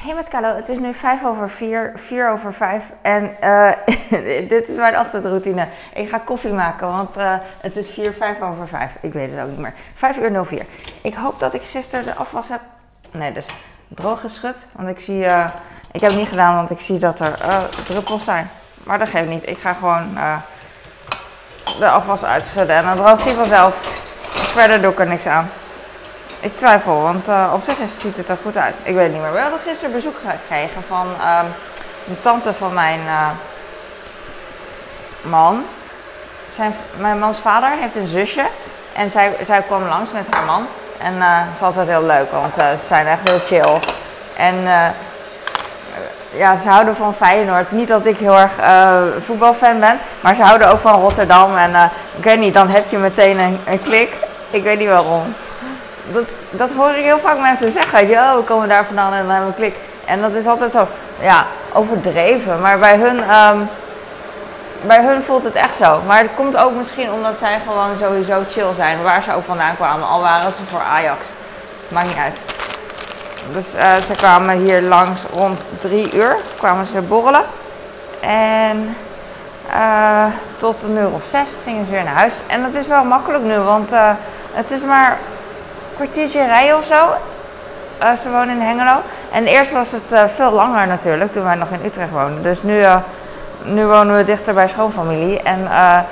Hey met Carlo, het is nu 4:05, 4:05 en dit is mijn ochtendroutine. Ik ga koffie maken, want het is 5:05. Ik weet het ook niet meer. 5:04. Ik hoop dat ik gisteren de afwas heb. Nee, dus droog geschud. Want ik zie, ik heb het niet gedaan, want ik zie dat er druppels zijn. Maar dat geeft niet. Ik ga gewoon de afwas uitschudden en dan droogt hij vanzelf. Verder doe ik er niks aan. Ik twijfel, want op zich ziet het er goed uit. Ik weet het niet meer. We hebben gisteren bezoek gekregen van een tante van mijn man. Mijn mans vader heeft een zusje en zij kwam langs met haar man. En het is altijd heel leuk, want ze zijn echt heel chill. En ja, ze houden van Feyenoord. Niet dat ik heel erg voetbalfan ben, maar ze houden ook van Rotterdam. En ik weet niet, dan heb je meteen een klik. Ik weet niet waarom. Dat hoor ik heel vaak mensen zeggen. We komen daar vandaan en dan hebben we een klik. En dat is altijd zo, ja, overdreven. Maar bij hun voelt het echt zo. Maar het komt ook misschien omdat zij gewoon sowieso chill zijn. Waar ze ook vandaan kwamen. Al waren ze voor Ajax. Maakt niet uit. Dus ze kwamen hier langs rond 3:00. Kwamen ze borrelen. En tot 6:00 gingen ze weer naar huis. En dat is wel makkelijk nu. Want het is maar een kwartiertje rijden of zo. Ze wonen in Hengelo. En eerst was het veel langer natuurlijk, toen wij nog in Utrecht woonden. Dus nu wonen we dichter bij schoonfamilie. En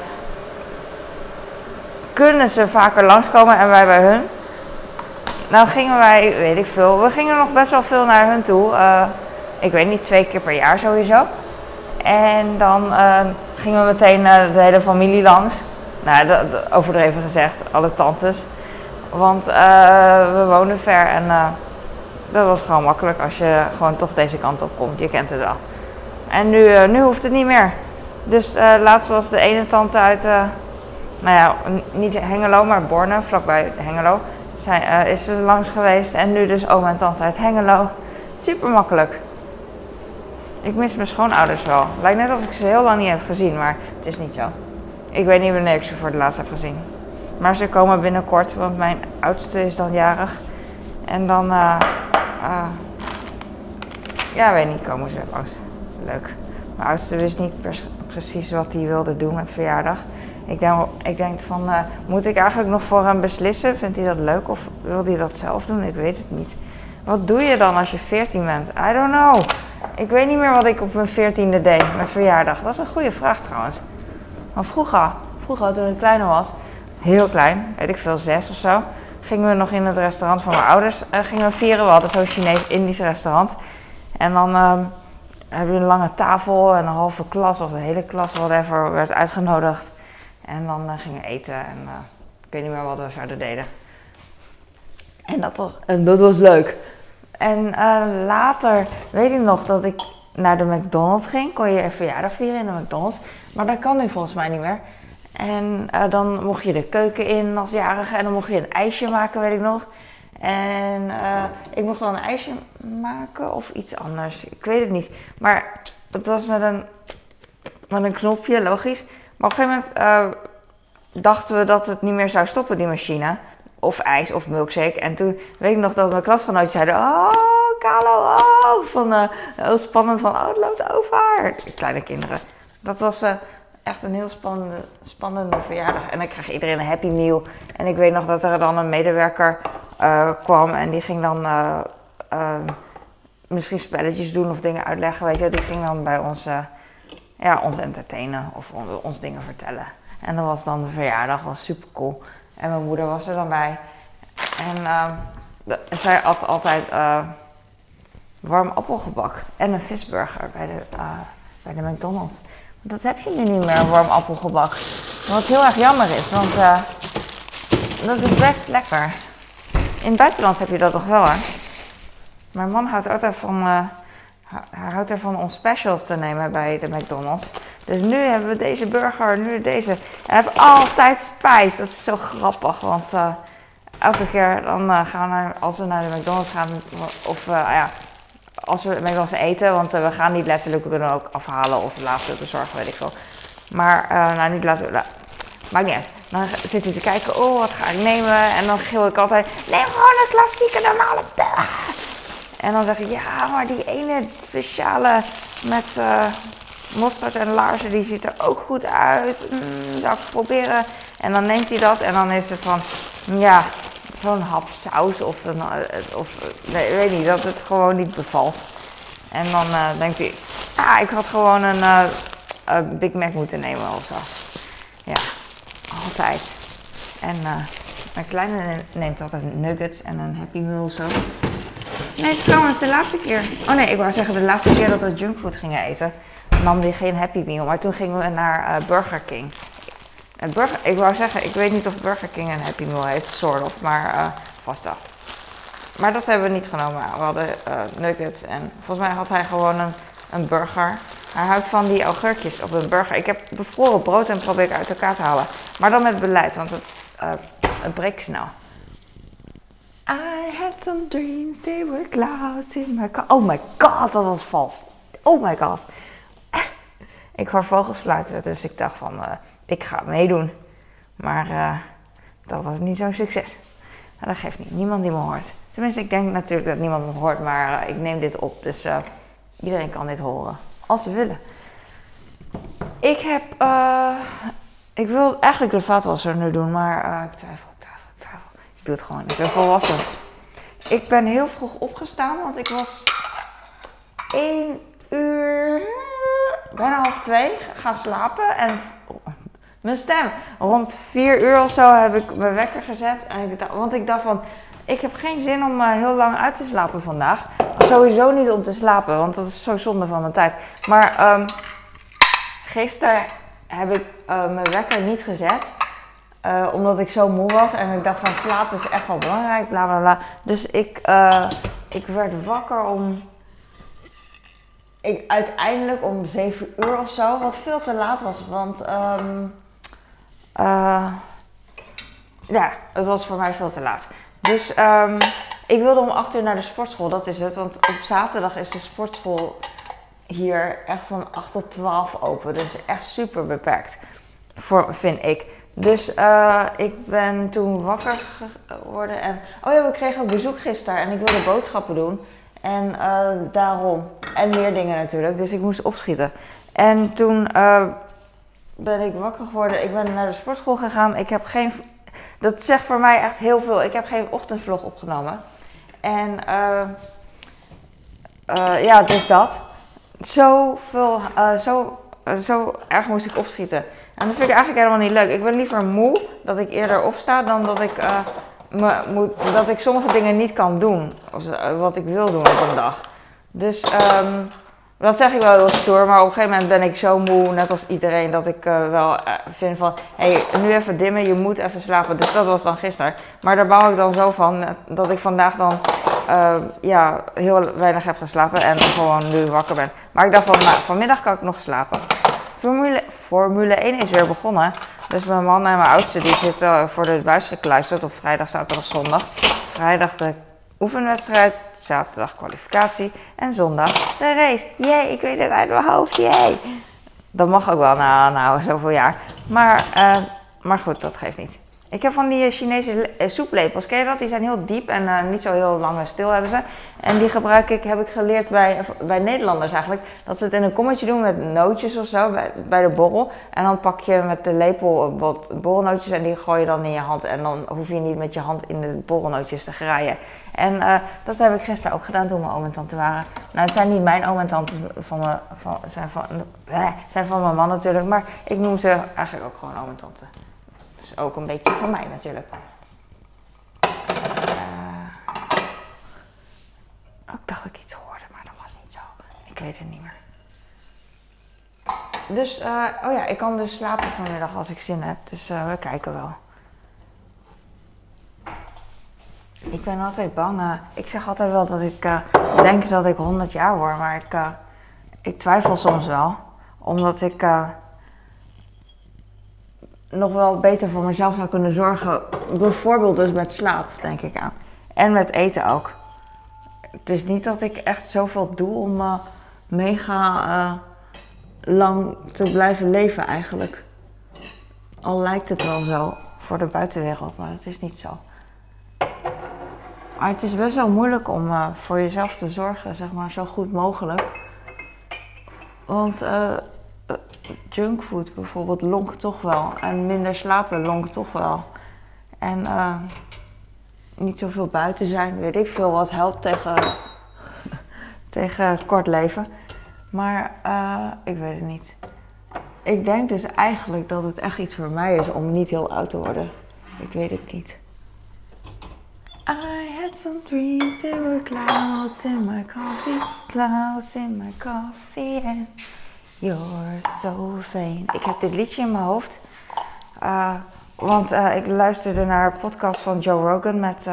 kunnen ze vaker langskomen en wij bij hun. Nou gingen wij, weet ik veel, we gingen nog best wel veel naar hun toe. Ik weet niet, 2 keer per jaar sowieso. En dan gingen we meteen de hele familie langs. Nou, overdreven gezegd, alle tantes. Want we woonden ver en dat was gewoon makkelijk als je gewoon toch deze kant op komt. Je kent het wel. En nu hoeft het niet meer. Dus laatst was de ene tante uit, nou ja, niet Hengelo, maar Borne, vlakbij Hengelo. Is ze langs geweest en nu dus oma en tante uit Hengelo. Super makkelijk. Ik mis mijn schoonouders wel. Lijkt net of ik ze heel lang niet heb gezien, maar het is niet zo. Ik weet niet wanneer ik ze voor het laatst heb gezien. Maar ze komen binnenkort, want mijn oudste is dan jarig. En dan, ja, weet niet, komen ze langs. Leuk. Mijn oudste wist niet precies wat hij wilde doen met verjaardag. Ik denk van, moet ik eigenlijk nog voor hem beslissen? Vindt hij dat leuk of wil hij dat zelf doen? Ik weet het niet. Wat doe je dan als je 14 bent? I don't know. Ik weet niet meer wat ik op mijn 14e deed met verjaardag. Dat is een goede vraag trouwens. Maar vroeger toen ik kleiner was, heel klein, weet ik veel, 6 of zo, gingen we nog in het restaurant van mijn ouders gingen we vieren. We hadden zo'n Chinees-Indisch restaurant. En dan hebben we een lange tafel en een halve klas of een hele klas, whatever, werd uitgenodigd. En dan gingen we eten en ik weet niet meer wat we verder deden. En dat was leuk. En later weet ik nog dat ik naar de McDonald's ging. Kon je een verjaardag vieren in de McDonald's. Maar dat kan nu volgens mij niet meer. En dan mocht je de keuken in als jarige en dan mocht je een ijsje maken, weet ik nog. En ik mocht dan een ijsje maken of iets anders. Ik weet het niet. Maar het was met een knopje, logisch. Maar op een gegeven moment dachten we dat het niet meer zou stoppen, die machine. Of ijs of milkshake. En toen weet ik nog dat mijn klasgenootjes zeiden: oh, Carlo, oh. Van, heel spannend van, oh, het loopt over. Kleine kinderen. Dat was echt een heel spannende verjaardag. En dan kreeg iedereen een Happy Meal. En ik weet nog dat er dan een medewerker kwam. En die ging dan misschien spelletjes doen of dingen uitleggen. Weet je, die ging dan bij ons entertainen of ons dingen vertellen. En dat was dan de verjaardag, was super cool. En mijn moeder was er dan bij. En zij at altijd warm appelgebak en een visburger bij de McDonald's. Dat heb je nu niet meer, warm appelgebak. Wat heel erg jammer is, want dat is best lekker. In het buitenland heb je dat nog wel, hè. Mijn man houdt altijd houdt ervan om specials te nemen bij de McDonald's. Dus nu hebben we deze burger, nu deze. En hij heeft altijd spijt. Dat is zo grappig, want elke keer dan als we naar de McDonald's gaan, of als we McDonald's eten, want we gaan niet letterlijk, we kunnen ook afhalen of laten bezorgen, weet ik veel. Maar niet laten, maakt niet uit. Dan zit hij te kijken, oh wat ga ik nemen? En dan gil ik altijd, neem gewoon een klassieke normale burger. En dan zeg ik, ja, maar die ene speciale met mosterd en laarzen, die ziet er ook goed uit. Zou ik proberen. En dan neemt hij dat en dan is het van, ja, zo'n hap saus of nee, ik weet niet, dat het gewoon niet bevalt. En dan denkt hij, ik had gewoon een Big Mac moeten nemen of zo. Ja, altijd. En mijn kleine neemt altijd nuggets en een Happy Meal of zo. Nee, trouwens, de laatste keer. Oh nee, ik wou zeggen, de laatste keer dat we junkfood gingen eten, nam die geen Happy Meal. Maar toen gingen we naar Burger King. Ik wou zeggen, ik weet niet of Burger King een Happy Meal heeft, soort of, maar vast wel. Maar dat hebben we niet genomen. We hadden nuggets en volgens mij had hij gewoon een burger. Hij houdt van die augurkjes op een burger. Ik heb bevroren brood en probeer ik uit elkaar te halen. Maar dan met beleid, want het breekt snel. I had some dreams, they were clouds in my car. Oh my god, dat was vals. Oh my god. Ik hoor vogels fluiten, dus ik dacht van, ik ga meedoen. Maar dat was niet zo'n succes. Maar dat geeft niet, niemand die me hoort. Tenminste, ik denk natuurlijk dat niemand me hoort, maar ik neem dit op. Dus iedereen kan dit horen, als ze willen. Ik wil eigenlijk de vaatwasser nu doen, maar ik twijfel. Ik doe het gewoon, ik ben volwassen. Ik ben heel vroeg opgestaan, want ik was 1 uur, bijna 1:30 gaan slapen. En mijn stem, rond 4 uur of zo heb ik mijn wekker gezet. Want ik dacht van, ik heb geen zin om heel lang uit te slapen vandaag. Sowieso niet om te slapen, want dat is zo zonde van mijn tijd. Maar gisteren heb ik mijn wekker niet gezet. Omdat ik zo moe was en ik dacht van slapen is echt wel belangrijk, bla bla bla. Dus ik werd wakker uiteindelijk om 7 uur of zo, wat veel te laat was. Want ja, het was voor mij veel te laat. Dus ik wilde om 8 uur naar de sportschool, dat is het. Want op zaterdag is de sportschool hier echt van 8 tot 12 open. Dus echt super beperkt, vind ik. Dus ik ben toen wakker geworden en... Oh ja, we kregen ook bezoek gisteren en ik wilde boodschappen doen. En daarom. En meer dingen natuurlijk, dus ik moest opschieten. En toen ben ik wakker geworden. Ik ben naar de sportschool gegaan. Ik heb geen... Dat zegt voor mij echt heel veel. Ik heb geen ochtendvlog opgenomen. En ja, dus dat. Zo erg moest ik opschieten. En dat vind ik eigenlijk helemaal niet leuk. Ik ben liever moe dat ik eerder opsta dan dat ik sommige dingen niet kan doen. Of wat ik wil doen op een dag. Dus dat zeg ik wel heel stoer. Maar op een gegeven moment ben ik zo moe, net als iedereen, dat ik wel vind van... Hé, nu even dimmen, je moet even slapen. Dus dat was dan gisteren. Maar daar bouw ik dan zo van dat ik vandaag dan ja, heel weinig heb geslapen en gewoon nu wakker ben. Maar ik dacht van, nou, vanmiddag kan ik nog slapen. Formule 1 is weer begonnen. Dus mijn man en mijn oudste die zitten voor de buis gekluisterd op vrijdag, zaterdag, zondag. Vrijdag de oefenwedstrijd, zaterdag kwalificatie en zondag de race. Jee, ik weet het uit mijn hoofd, jee. Dat mag ook wel na zoveel jaar. Maar goed, dat geeft niet. Ik heb van die Chinese soeplepels, ken je dat? Die zijn heel diep en niet zo heel lang en stil hebben ze. En die heb ik geleerd bij Nederlanders eigenlijk. Dat ze het in een kommetje doen met nootjes of zo bij de borrel. En dan pak je met de lepel wat borrelnootjes en die gooi je dan in je hand. En dan hoef je niet met je hand in de borrelnootjes te graaien. En dat heb ik gisteren ook gedaan toen mijn oom en tante waren. Nou, het zijn niet mijn oom en tante, zijn van mijn man natuurlijk. Maar ik noem ze eigenlijk ook gewoon oom en tante. Dus ook een beetje van mij natuurlijk. Ik dacht dat ik iets hoorde, maar dat was niet zo. Ik weet het niet meer. Dus, oh ja, ik kan dus slapen vanmiddag als ik zin heb. Dus we kijken wel. Ik ben altijd bang. Ik zeg altijd wel dat ik denk dat ik 100 jaar word. Maar ik twijfel soms wel. Omdat ik... nog wel beter voor mezelf zou kunnen zorgen. Bijvoorbeeld dus met slaap, denk ik aan. En met eten ook. Het is niet dat ik echt zoveel doe om mega lang te blijven leven eigenlijk. Al lijkt het wel zo voor de buitenwereld, maar dat is niet zo. Maar het is best wel moeilijk om voor jezelf te zorgen, zeg maar, zo goed mogelijk. Want junkfood bijvoorbeeld lonkt toch wel. En minder slapen lonkt toch wel. En niet zoveel buiten zijn, weet ik veel wat helpt tegen kort leven. Maar ik weet het niet. Ik denk dus eigenlijk dat het echt iets voor mij is om niet heel oud te worden. Ik weet het niet. I had some dreams, there were clouds in my coffee. Clouds in my coffee and you're so vain. Ik heb dit liedje in mijn hoofd. Want ik luisterde naar een podcast van Joe Rogan met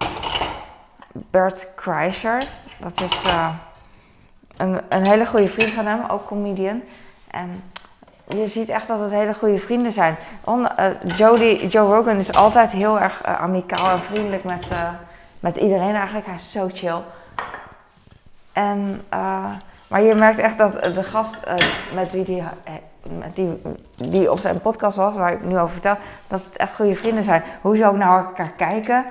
Bert Kreischer. Dat is een hele goede vriend van hem, ook comedian. En je ziet echt dat het hele goede vrienden zijn. Joe Rogan is altijd heel erg amicaal en vriendelijk met iedereen eigenlijk. Hij is zo chill. En, maar je merkt echt dat de gast met wie die op zijn podcast was, waar ik nu over vertel, dat het echt goede vrienden zijn. Hoe ze ook naar elkaar kijken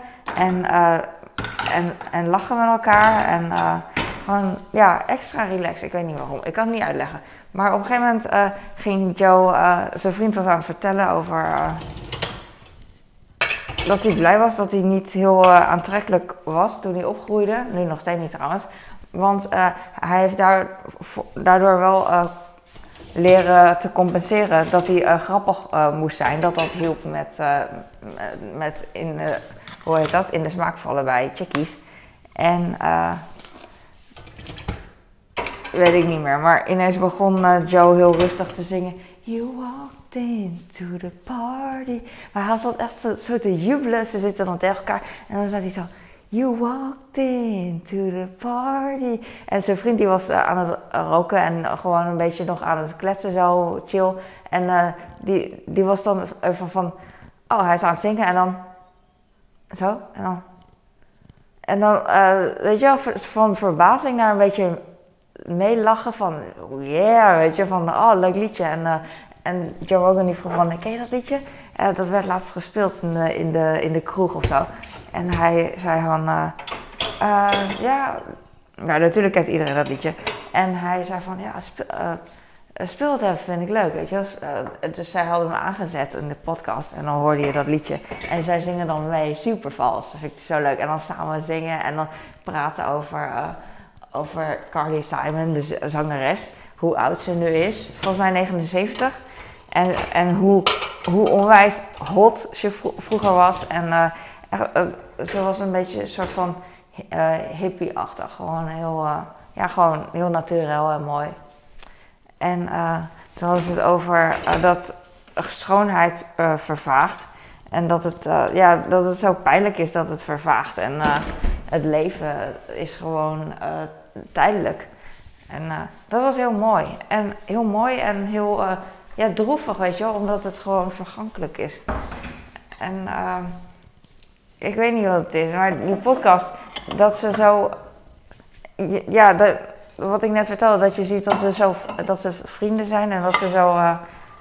en lachen met elkaar. En gewoon, ja, extra relaxed. Ik weet niet waarom. Ik kan het niet uitleggen. Maar op een gegeven moment ging Joe, zijn vriend was aan het vertellen over dat hij blij was dat hij niet heel aantrekkelijk was toen hij opgroeide. Nu nog steeds niet trouwens. Want hij heeft daardoor wel leren te compenseren dat hij grappig moest zijn. Dat hielp met hoe heet dat? In de smaak vallen bij chickies. En weet ik niet meer. Maar ineens begon Joe heel rustig te zingen. You walked into the party. Maar hij zat echt zo te jubelen. Ze zitten dan tegen elkaar. En dan zat hij zo. You walked into the party. En zijn vriend die was aan het roken en gewoon een beetje nog aan het kletsen, zo chill. En die was dan even van, oh, hij is aan het zingen en dan zo. En dan weet je wel, van verbazing naar een beetje meelachen van, oh yeah, weet je, van, oh, leuk liedje. En Joe Rogan die vroeg van, ken je dat liedje? Dat werd laatst gespeeld in de kroeg of zo. En hij zei van, ja, nou natuurlijk kent iedereen dat liedje. En hij zei van, ja, speel het even, vind ik leuk, weet je wel. Dus zij hadden hem aangezet in de podcast en dan hoorde je dat liedje. En zij zingen dan mee, super vals, dat vind ik zo leuk. En dan samen zingen en dan praten over Carly Simon, de zangeres. Hoe oud ze nu is, volgens mij 79. En hoe onwijs hot ze vroeger was. En ze was een beetje een soort van hippie-achtig. Gewoon gewoon heel natuurlijk en mooi. En toen hadden ze het over dat schoonheid vervaagt. En dat het zo pijnlijk is dat het vervaagt. En het leven is gewoon tijdelijk. En dat was heel mooi. En heel droevig, weet je wel. Omdat het gewoon vergankelijk is. En ik weet niet wat het is. Maar die podcast, dat ze zo... Ja, wat ik net vertelde. Dat je ziet dat ze vrienden zijn. En dat ze zo...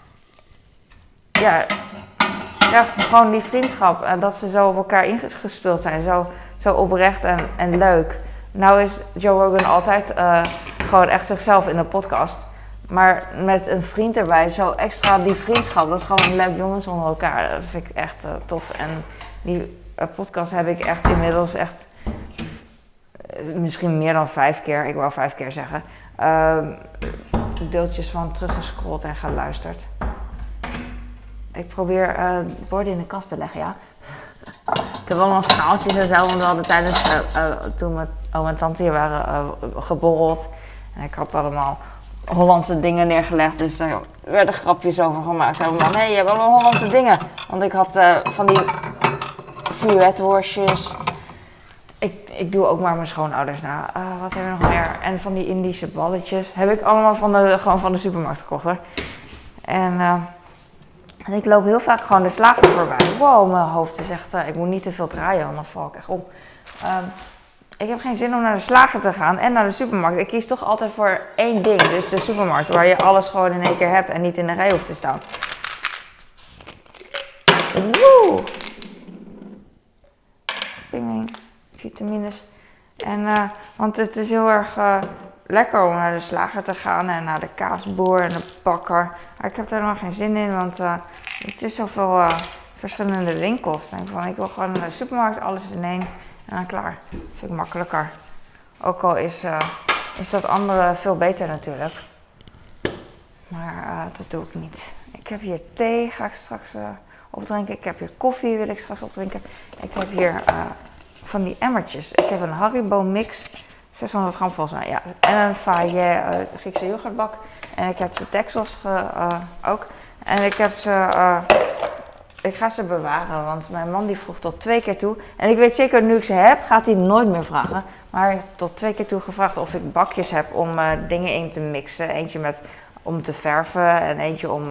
gewoon die vriendschap. En dat ze zo op elkaar ingespeeld zijn. Zo oprecht en leuk. Nou is Joe Rogan altijd gewoon echt zichzelf in de podcast. Maar met een vriend erbij, zo extra die vriendschap. Dat is gewoon leuk jongens onder elkaar. Dat vind ik echt tof. En die podcast heb ik echt inmiddels misschien meer dan 5 keer. Ik wou 5 keer zeggen. Deeltjes van teruggescrolld en geluisterd. Ik probeer borden in de kast te leggen, ja. Ik heb allemaal schaaltjes en zo, want we hadden tijdens toen mijn oom en tante hier waren geborreld. En ik had allemaal Hollandse dingen neergelegd, dus daar werden grapjes over gemaakt. Zo van, hé, je hebt allemaal Hollandse dingen. Want ik had van die vuurwetworstjes. Ik doe ook maar mijn schoonouders na. Wat hebben we nog meer? En van die Indische balletjes. Heb ik allemaal gewoon van de supermarkt gekocht, hoor. En ik loop heel vaak gewoon de slager voorbij. Wow, mijn hoofd is echt... ik moet niet te veel draaien, want dan val ik echt om. Ik heb geen zin om naar de slager te gaan en naar de supermarkt. Ik kies toch altijd voor één ding. Dus de supermarkt, waar je alles gewoon in één keer hebt en niet in de rij hoeft te staan. Woe! Ping, vitamines. En, want het is heel erg lekker om naar de slager te gaan en naar de kaasboer en de bakker. Maar ik heb daar nog geen zin in, want het is zoveel verschillende winkels. Ik wil gewoon naar de supermarkt, alles in één en dan klaar. Dat vind ik makkelijker. Ook al is dat andere veel beter natuurlijk. Maar dat doe ik niet. Ik heb hier thee, ga ik straks opdrinken. Ik heb hier koffie, wil ik straks opdrinken. Ik heb hier van die emmertjes. Ik heb een Haribo mix, 600 gram volgens mij. Ja. En een Fage Griekse yoghurtbak. En ik heb de deksels ook. En ik heb ze... ik ga ze bewaren, want mijn man die vroeg tot 2 keer toe. En ik weet zeker, nu ik ze heb, gaat hij nooit meer vragen. Maar tot 2 keer toe gevraagd of ik bakjes heb om dingen in te mixen. Eentje om te verven en eentje om,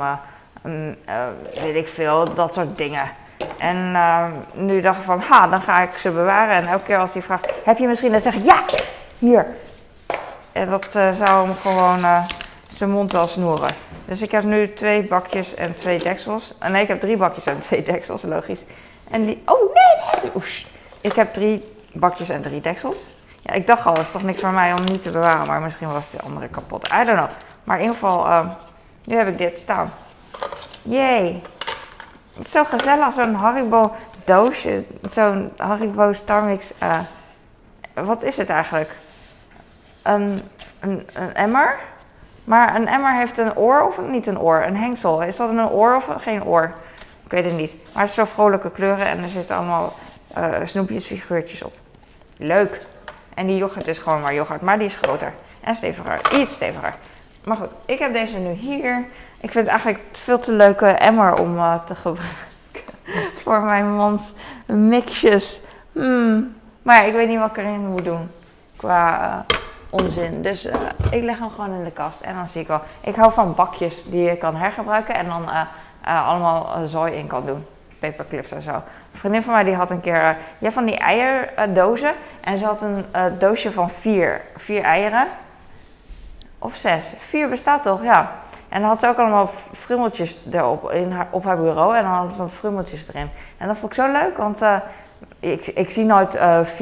weet ik veel, dat soort dingen. En nu dacht ik van, dan ga ik ze bewaren. En elke keer als hij vraagt, heb je misschien, dan zeg ik, ja, hier. En dat zou hem gewoon zijn mond wel snoeren. Dus ik heb nu 2 bakjes en 2 deksels. Nee, ik heb 3 bakjes en 2 deksels, logisch. En die, oh nee. Oesh. Ik heb 3 bakjes en 3 deksels. Ja, ik dacht al, dat is toch niks voor mij om niet te bewaren. Maar misschien was de andere kapot. I don't know. Maar in ieder geval, nu heb ik dit staan. Yay. Het is zo gezellig, zo'n Haribo doosje. Zo'n Haribo Starmix. Wat is het eigenlijk? Een emmer. Maar een emmer heeft een oor of niet een oor? Een hengsel. Is dat een oor of geen oor? Ik weet het niet. Maar het is wel vrolijke kleuren en er zitten allemaal snoepjesfiguurtjes op. Leuk. En die yoghurt is gewoon maar yoghurt, maar die is groter. En steviger. Iets steviger. Maar goed, ik heb deze nu hier. Ik vind het eigenlijk een veel te leuke emmer om te gebruiken. Voor mijn mans mixjes. Maar ja, ik weet niet wat ik erin moet doen. Qua onzin. Dus ik leg hem gewoon in de kast en dan zie ik wel. Ik hou van bakjes die je kan hergebruiken en dan allemaal zooi in kan doen. Paperclips en zo. Een vriendin van mij die had een keer van die eierdozen. En ze had een doosje van 4 eieren. Of 6. 4 bestaat toch? Ja. En dan had ze ook allemaal frummeltjes erop op haar bureau. En dan had ze frummeltjes erin. En dat vond ik zo leuk, want ik zie nooit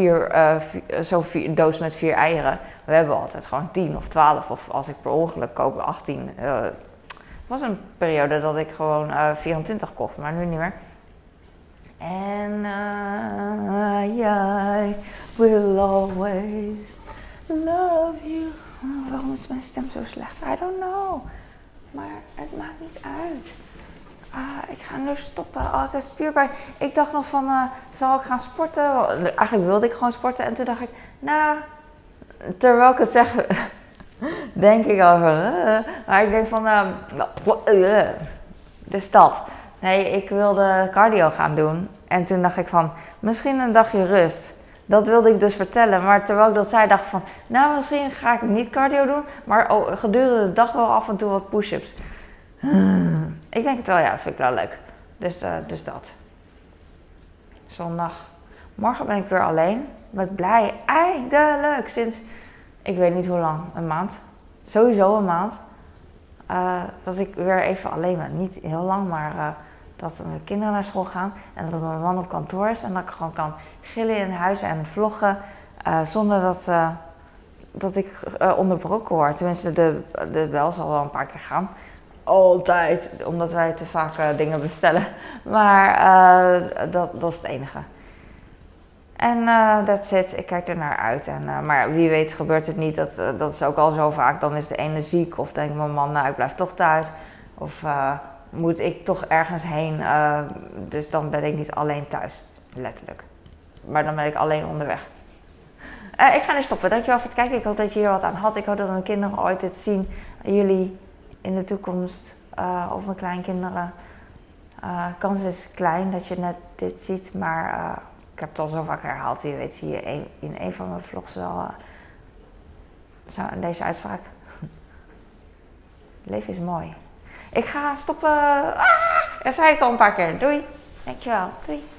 zo'n doos met 4 eieren. We hebben altijd gewoon 10 of 12. Of als ik per ongeluk koop 18. Het was een periode dat ik gewoon 24 kocht, maar nu niet meer. En I will always love you. Waarom is mijn stem zo slecht? I don't know. Maar het maakt niet uit. Ik ga nu stoppen. Ik heb spierpijn. Ik dacht nog van, zal ik gaan sporten? Eigenlijk wilde ik gewoon sporten. En toen dacht ik, terwijl ik het zeg, denk ik al van, maar ik denk van, dus dat. Nee, ik wilde cardio gaan doen. En toen dacht ik van, misschien een dagje rust. Dat wilde ik dus vertellen. Maar terwijl ik dat zei, dacht ik van, misschien ga ik niet cardio doen. Maar gedurende de dag wel af en toe wat push-ups. Ik denk het wel, ja, dat vind ik wel leuk. Dus dat. Zondag. Morgen ben ik weer alleen. Ben ik blij. Eindelijk. Sinds, ik weet niet hoe lang. Een maand. Sowieso een maand. Dat ik weer even alleen ben. Niet heel lang, maar dat mijn kinderen naar school gaan. En dat mijn man op kantoor is. En dat ik gewoon kan chillen in huis en vloggen. Zonder dat ik onderbroken word. Tenminste, de bel zal wel een paar keer gaan. Altijd, omdat wij te vaak dingen bestellen. Maar dat is het enige. En that's it. Ik kijk er naar uit. Maar wie weet gebeurt het niet. Dat is ook al zo vaak. Dan is de ene ziek. Of denkt mijn man, ik blijf toch thuis. Of moet ik toch ergens heen. Dus dan ben ik niet alleen thuis. Letterlijk. Maar dan ben ik alleen onderweg. Ik ga nu stoppen. Dankjewel voor het kijken. Ik hoop dat je hier wat aan had. Ik hoop dat mijn kinderen ooit dit zien. Jullie in de toekomst. Of mijn kleinkinderen. Kans is klein dat je net dit ziet. Maar ik heb het al zo vaak herhaald. Wie weet zie je in een van mijn vlogs wel deze uitspraak. Leven is mooi. Ik ga stoppen. Dat zei ik al een paar keer. Doei. Dankjewel. Doei.